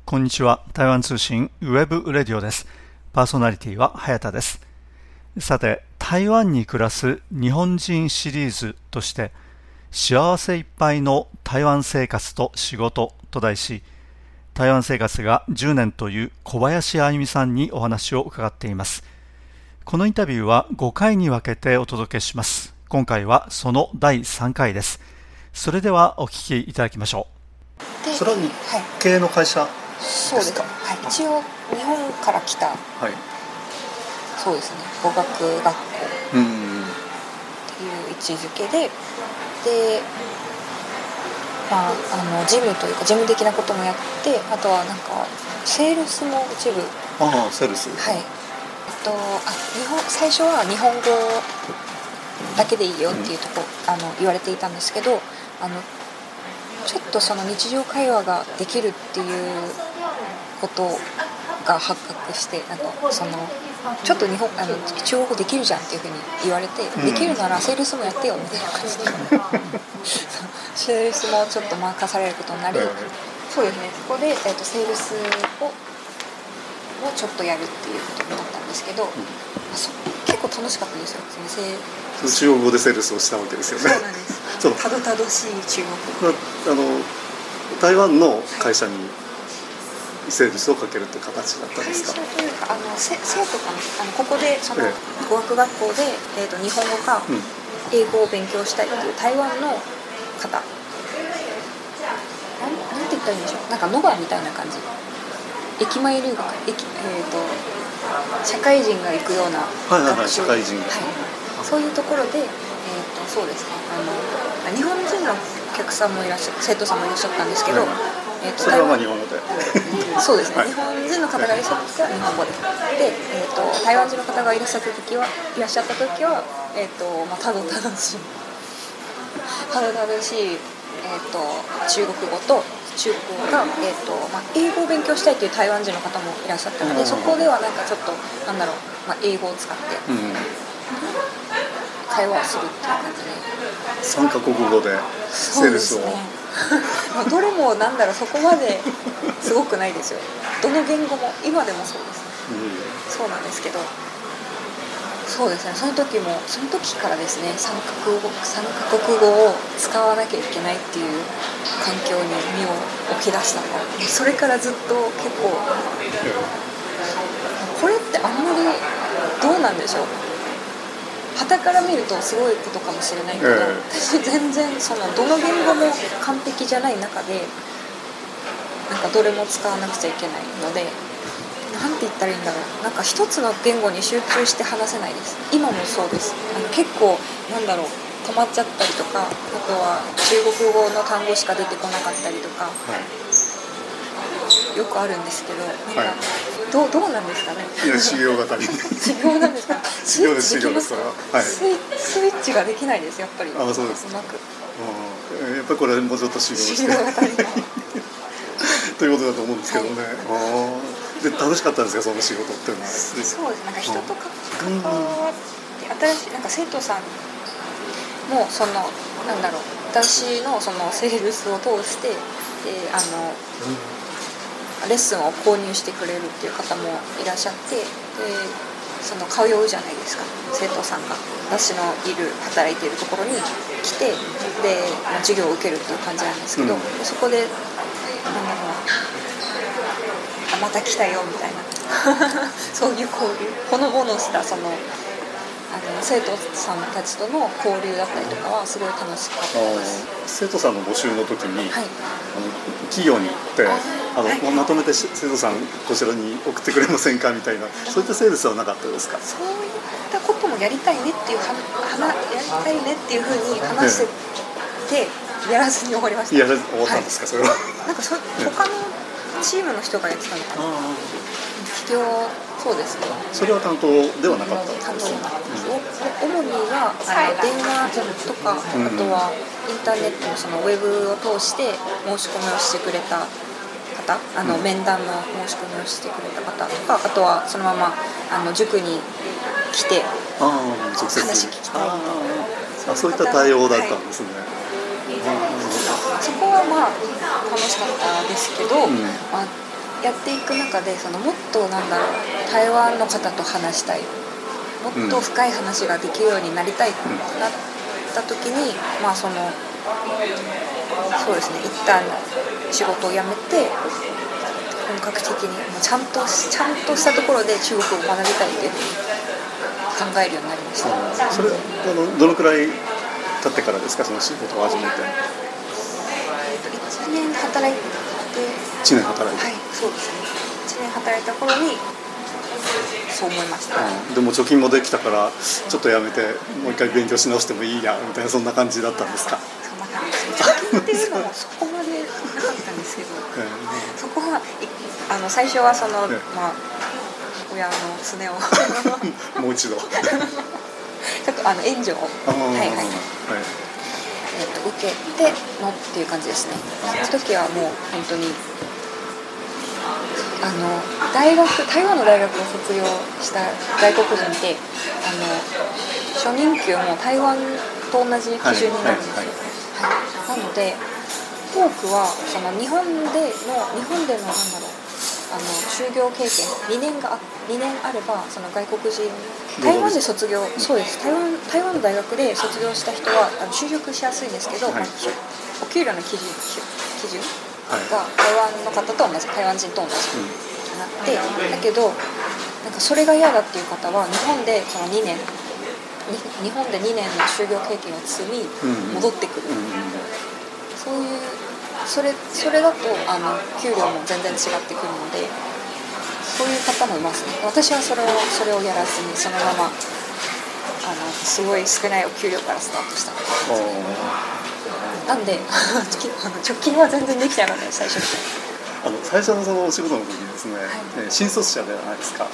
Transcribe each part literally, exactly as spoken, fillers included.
こんにちは。台湾通信ウェブレディオです。パーソナリティは早田です。さて、台湾に暮らす日本人シリーズとして幸せいっぱいの台湾生活と仕事と題し、台湾生活がじゅうねんという小林あゆみさんにお話を伺っています。このインタビューはごかいに分けてお届けします。今回はそのだいさんかいです。それではお聞きいただきましょう。それは日系の会社ですか？ そうですか、はい、一応日本から来た、はい、そうですね、語学学校っていう位置づけで、で、まあ、あの事務というか事務的なこともやって、あとはなんかセールスも一部、 ああ、セールス、 はい、えっと、あ日本最初は日本語だけでいいよっていうとこ、うん、あの言われていたんですけど、あのちょっとその日常会話ができるっていうことが発覚して、なんかそのちょっと日本あの中国語できるじゃんっていうふうに言われて、うん、できるならセールスもやってよみたいな感じでセールスもちょっと任されることになり、うん、そうですね、そこで、えーと、セールスををちょっとやるっていうことになったんですけど、うん、そ結構楽しかったんですよ。その中国語でセールスをしたわけですよね。 そうなんです。たどたどしい中国語。 あの台湾の会社にセールスをかけるって形だったんですか？ 会社というか、あの生徒かあのここでその語学学校で、えーと、日本語か英語を勉強したいっていう台湾の方、なん、なんて言ったらいいんでしょう、なんかノバみたいな感じ、駅前留学、駅、えーと、社会人が行くような学習、 はいはいはい、社会人、はい、 そういうところで、えーと、そうですね、あの日本人のお客さんもいらっしゃ生徒さんもいらっしゃったんですけど、はい、えーと、 それはまあ日本語でそうですね、はい、日本人の方がいらっしゃった時は日本語で、で、えーと、台湾人の方がいらっしゃった時はいらっしゃった時は、えーとまあ、たどたどしいたどたどしい、えーと、中国語と中国語が、えーとまあ、英語を勉強したいという台湾人の方もいらっしゃったので、そこではなんかちょっとなんだろう、まあ、英語を使って、うん、会話をするっていう感じでさんカ国語でセールスを、 どれもなんだろう、そこまですごくないですよ。どの言語も今でもそうです、うん、そうなんですけど、そうですね、その時もその時からですね、さんカ国語、さんカ国語を使わなきゃいけないっていう環境に身を置き出したので、それからずっと結構これってあんまりどうなんでしょう、傍から見るとすごいことかもしれないけど、えー、私全然そのどの言語も完璧じゃない中でなんかどれも使わなくちゃいけないので、なんて言ったらいいんだろう、なんか一つの言語に集中して話せないです。今もそうです。あの結構なんだろう、止まっちゃったりとか、あとは中国語の単語しか出てこなかったりとか、はい、よくあるんですけど、なんか、はい、どう、どうなんですかね。 いや、修行が足りない。 修行なんですか。 修行です、修行です、それは。はい、 スイ、スイッチができないです、やっぱり。 あ、そうです。 うまく。 うん、やっぱりこれもうちょっと修行して。修行が足りない。ということだと思うんですけどね。はい、あで楽しかったんですか、その仕事っていうのは。 そうです。なんか人と関わって、新しいなんか生徒さんもそのなんだろう、私のそのセールスを通して、であの。レッスンを購入してくれるっていう方もいらっしゃって、でその通うじゃないですか、生徒さんが私のいる働いているところに来て、で授業を受けるっていう感じなんですけど、うん、でそこであのまた来たよみたいなそういう交流、ほのぼのしたそのあの生徒さんたちとの交流だったりとかはすごい楽しかったです。 生徒さんの募集の時に、はい、あの企業に行ってあの、はい、まとめて生徒さんこちらに送ってくれませんかみたいな、そういったセールスはなかったですか？ そういったこともやりたいねっていうははやりたいねっていうふうに話してて、やらずに終わりました。 やらず終わったんですか、はい、それは。 なんかそ他のチームの人がやってたのかな。企業、そうですね。 それは担当ではなかったんですか？ 主にはあの電話とか、あとはインターネットのそのウェブを通して申し込みをしてくれた方、あの面談の申し込みをしてくれた方とか、あとはそのままあの塾に来て話聞きたいみたいな、 そういった対応だったんですね。はい、 そこはまあ楽しかったですけど、うん、まあ、 やっていく中でそのもっとなんだろう台湾の方と話したい、もっと深い話ができるようになりたいとなった時に、うん、まあそのそうですね一旦仕事を辞めて本格的にもうちゃんとちゃんとしたところで中国を学びたいっていうふうに考えるようになりました。 うん、それあのどのくらい経ってからですか、その仕事を始めて。 いちねん働いていちねん働いて、 はい、そうですねいちねん働いた頃にそう思いました、 うん、でも貯金もできたからちょっとやめてもう一回勉強し直してもいいやみたいな、そんな感じだったんですか。 そんな感じですね。貯金っていうのもそこまでなかったんですけど、そこはあの最初はその、まあ、親のすねをもう一度ちょっとあの援助をはいはい、はいえー、と受けてのっていう感じですね。その時はもう本当にあの大学台湾の大学を卒業した外国人ってあの初任給も台湾と同じ基準になるんですよ、はいはいはい、なので多くはその日本での日本でのなんだろうあの就業経験にねんがにねんあればその外国人台湾で卒業そうです台湾台湾の大学で卒業した人はあの就職しやすいんですけど、はいまあ、お給料の基準基準が台湾の方と同じ台湾人と同じになって、だけどなんかそれが嫌だっていう方は日本でそのにねん日本でにねんの就業経験を積み戻ってくる、そういうそれそれだとあの給料も全然違ってくるのでそういう方もいますね。私はそれをそれをやらずにそのままあのすごい少ないお給料からスタートしたなんで貯金は全然できてなかったです最初に。 あの最初のそのお仕事の時にですね、はい、新卒者ではないですか、はい、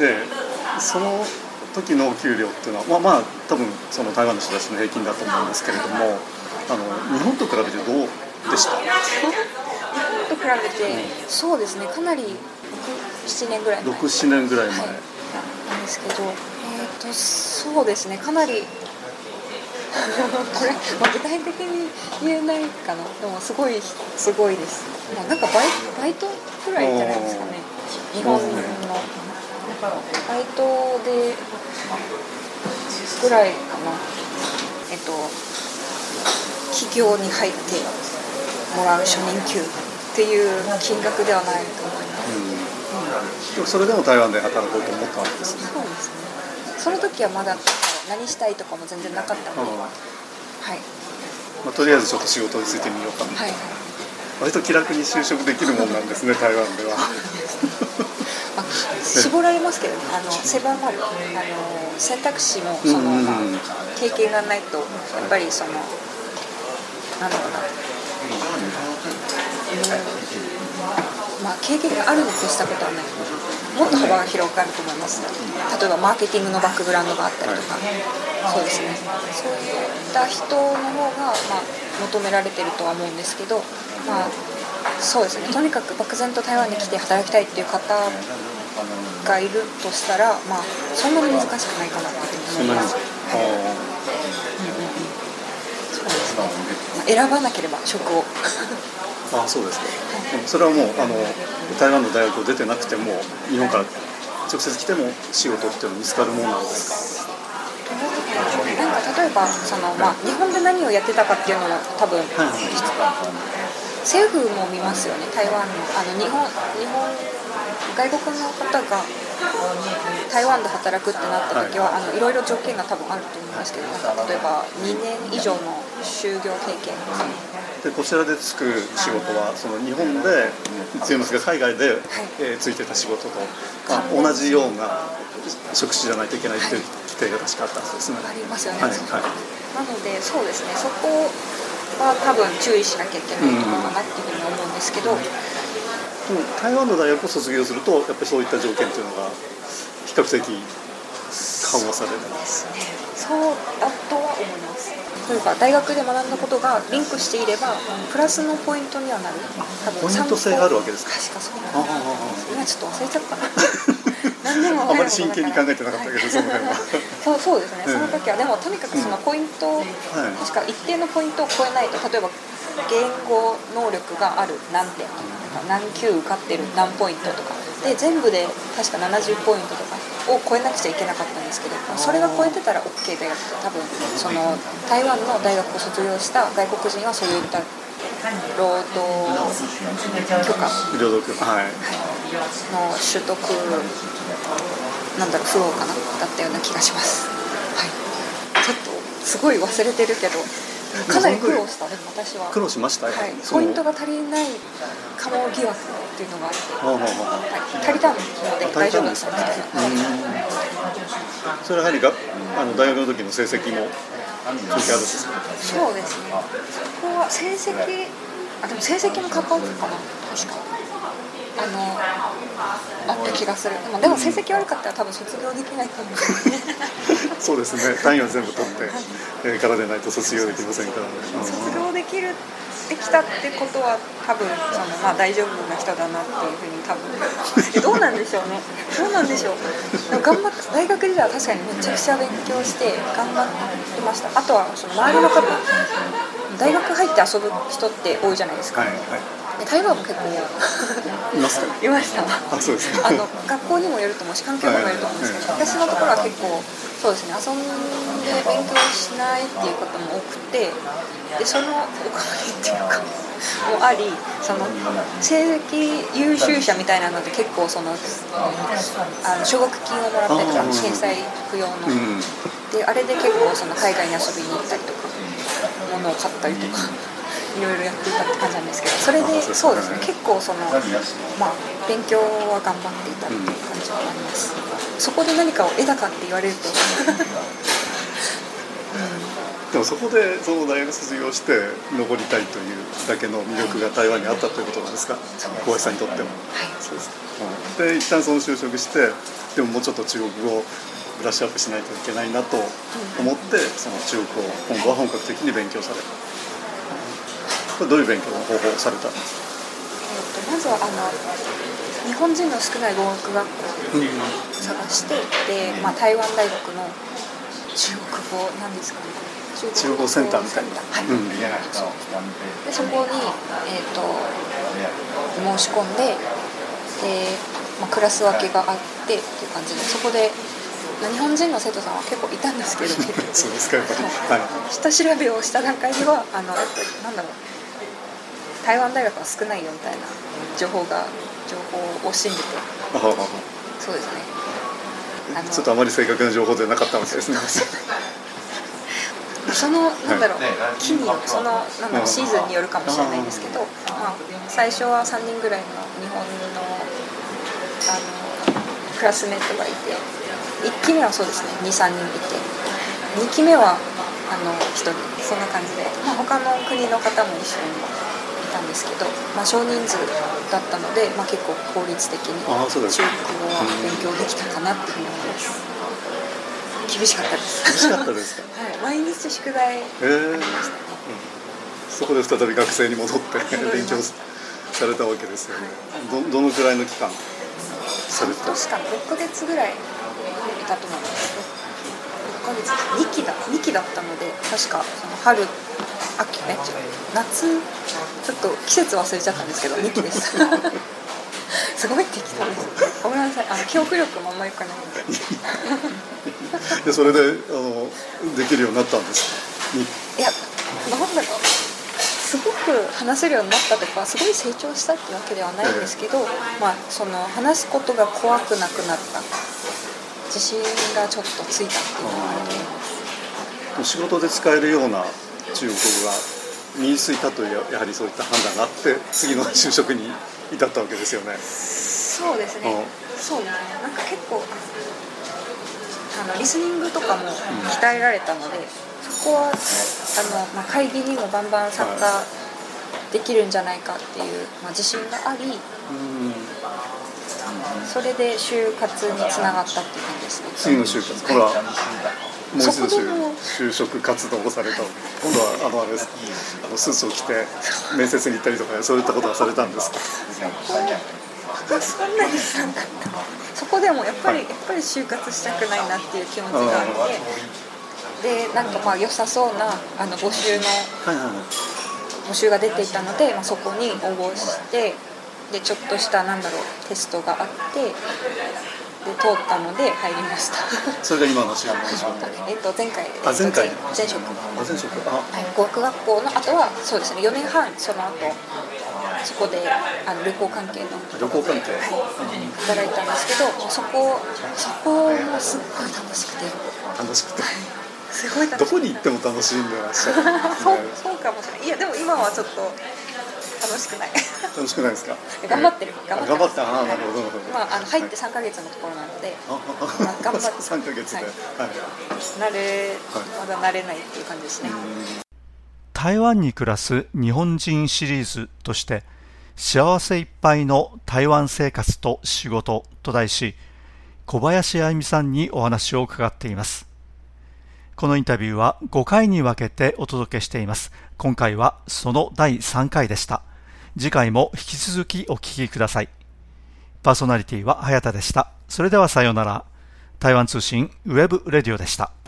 でその時のお給料っていうのはまあまあ多分その台湾の人たちの平均だと思うんですけれども、あの日本と比べてどうでした？日本と比べて、うん、そうですねかなりろく、ななねんぐらい前ろく、ななねんぐらい前、はい、 なんですけど、えーとそうですねかなりこれ、まあ、具体的に言えないかな。でもすごいすごいです、まあ、なんかバイ、バイトくらいじゃないですかね。日本のバイトでぐらいかな。えっと企業に入ってもらう初任給っていう金額ではないと思います、 うんうん、それでも台湾で働こうと思ったわけですね。 そうですね。その時はまだ何したいとかも全然なかったので、はいまあ、とりあえずちょっと仕事についてみようかな、はい、割と気楽に就職できるもんなんですね台湾ではあ絞られますけどね、あの狭まるあの選択肢もその、まあ、経験がないとやっぱりそのなんだろうな、うんまあ、経験があるに越したことはない。もっと幅が広がると思います。例えばマーケティングのバックグラウンドがあったりとか、そうですね。そういった人の方が、まあ、求められてるとは思うんですけど、まあ、そうですね。とにかく漠然と台湾に来て働きたいっていう方がいるとしたら、まあ、そんなに難しくないかなと思います。はいうんうんうん、そうですね。まあ、選ばなければ職を。 ああそうですね、はい、それはもうあの台湾の大学を出てなくても日本から直接来ても仕事っていうのは見つかるものなんですか？ なんか例えばその、まあ、日本で何をやってたかっていうのは多分、はいはい、政府も見ますよね。台湾の、あの日本日本外国の方が台湾で働くってなった時は、はい、あのいろいろ条件が多分あると思いますけど、なんか例えばにねん以上の就業経験でこちらでつく仕事はその日本でついますが海外で、はいえー、ついてた仕事と、まあ、同じような職種じゃないといけないっていう規定が確かあったんですね。 ありますよね、 はいはい、 なのでそうですね、そこは多分注意しなきゃいけないところかなっていうふうに思うんですけど、うん、でも台湾の大学を卒業するとやっぱりそういった条件っていうのが比較的緩和されるんですね。 そうだとは思います。例えば大学で学んだことがリンクしていればプラスのポイントにはなる。多分ポイント制があるわけですか？ 確かそうなんです。今ちょっと忘れちゃった何でもあまり真剣に考えてなかったけど、はい、その辺はそう、そうですね、うん、その時はでもとにかくそのポイント、うん、確か一定のポイントを超えないと、例えば言語能力がある何点とか何級受かってる何ポイントとかで全部で確かななじゅうポイントとかを超えなくちゃいけなかったんですけど、それが超えてたら OK だよって多分その台湾の大学を卒業した外国人はそういった労働許可労働許可、はい、 の取得なんだろうフローかなだったような気がします、はい、ちょっとすごい忘れてるけどかなり苦労した。でも私は苦労しましたよ、 はい、ポイントが足りないかも疑惑っていうのがあって、はい、足りたので大丈夫だったんですけど、 それはやはりがあの大学の時の成績も関係あるんですか？ そうですね、そこは成績あでも成績も関わるかな、確かあのあった気がする。でも、でも成績悪かったら多分卒業できないと思うそうですね、単位を全部取って、えー、からでないと卒業できませんからね。 卒業できるできたってことは多分その、まあ、大丈夫な人だなっていうふうに多分どうなんでしょうねどうなんでしょう。でも頑張って大学時代は確かにめちゃくちゃ勉強して頑張ってました。あとはその周りの方大学入って遊ぶ人って多いじゃないですか、 はいはい、 台湾も結構いますか？ いました。 あ、そうですね。 あの学校にもよると思うし環境にもよると思うんですけど、私のところは結構そうですね、遊んで勉強しないっていうことも多くて、でそのおかげっていうかもあり、その成績優秀者みたいなので結構そのあの奨学金をもらったりとか返済不要の、うん、であれで結構その海外に遊びに行ったりとか物を買ったりとかいろいろやっていたって感じなんですけど、それでそうですね、結構そのまあ勉強は頑張っていたっていう感じはあります、うん、そこで何かを得たかって言われると、うん、 でもそこでその大学卒業して残りたいというだけの魅力が台湾にあったということなんですか、小林さんにとっても。はい、そうです、うん、で一旦その就職して、でももうちょっと中国語をブラッシュアップしないといけないなと思って、その中国語を今後は本格的に勉強される。これどういう勉強の方法をされたんですか？ えー、とまずはあの日本人の少ない語学学校を探して、で、まあ、台湾大学の中国語なんですかね、 中国語センターみたいな、 はい、うん、でそこに、えー、と申し込んで、で、まあ、クラス分けがあってっていう感じで、そこで日本人の生徒さんは結構いたんですけどそうですか、やっぱり、はい、 下調べをした段階ではあのやっぱりなんだろう、台湾大学は少ないよみたいな情報が情報を信じて、そうですね、 あのちょっとあまり正確な情報でなかったわけですねそのなんだろう、期にそのなんだろうシーズンによるかもしれないんですけど、まあ、最初はさんにんぐらいの日本の、あのクラスメートがいて、いっきめはそうですね にさんにんいて、にきめはあのひとり、そんな感じで、まあ、他の国の方も一緒にいたんですけど、まあ、少人数だったので、まあ、結構効率的に中国語は勉強できたかなっていうふうに思います。厳しかったです。 厳しかったですか？ はい、毎日宿題ありましたね、えーうん、 そこで再び学生に戻って勉強されたわけですよね、はい、ど, どのくらいの期間されてた？ ろっかげつぐらいいたと思います。ろっかげつにきだにきだったので、確かその春秋ね違う夏ちょっと季節忘れちゃったんですけどにきですすごい適当です。ごめんなさい、あの記憶力もあんまり良くないのででそれであのできるようになったんですか？ いや、なんだろう、すごく話せるようになったとかすごい成長したってわけではないんですけど、えーまあ、その話すことが怖くなくなった、自信がちょっとついたっていうのがあると思います。 仕事で使えるような中国語が身についたという、やはりそういった判断があって次の就職に至ったわけですよね。 そうですね、そうですね、なんか結構あのリスニングとかも鍛えられたので、うん、そこはあの、まあ、会議にもバンバン参加できるんじゃないかっていう、まあ、自信があり、うん、それで就活につながったっていう感じですね。 次の就活、これはもう一度就職活動をされた。今度はあのあれですか、あのスーツを着て面接に行ったりとかそういったことはされたんですか？ そんなにしなかった。そこでもやっぱり、はい、やっぱり就活したくないなっていう気持ちがあって、でなんかまあ良さそうなあの募集の募集が出ていたので、まあ、そこに応募してでちょっとしたなんだろうテストがあってで通ったので入りましたそれが今の仕事の仕事えっと前回あ前回前職あ前職あ、 はい、語学学校の後はそうですねよねんはんその後そこであの旅行関係の旅行関係、 はい、働いたんですけどそこそこもすっごい楽しくて楽しくてすごい楽しくてどこに行っても楽しんでらっしゃるそうそうかもしれないいやでも今はちょっと楽しくない楽しくないですか頑張ってる頑張って頑張ったあなるほど、 まあ、あの入ってさんかげつのところなので、まあ、頑張ってさんかげつで、はいはい、慣れまだ慣れないっていう感じですね。 台湾に暮らす日本人シリーズとして幸せいっぱいの台湾生活と仕事と題し小林愛美さんにお話を伺っています。このインタビューはごかいに分けてお届けしています。今回はそのだいさんかいでした。次回も引き続きお聞きください。パーソナリティは早田でした。それではさようなら。台湾通信ウェブレディオでした。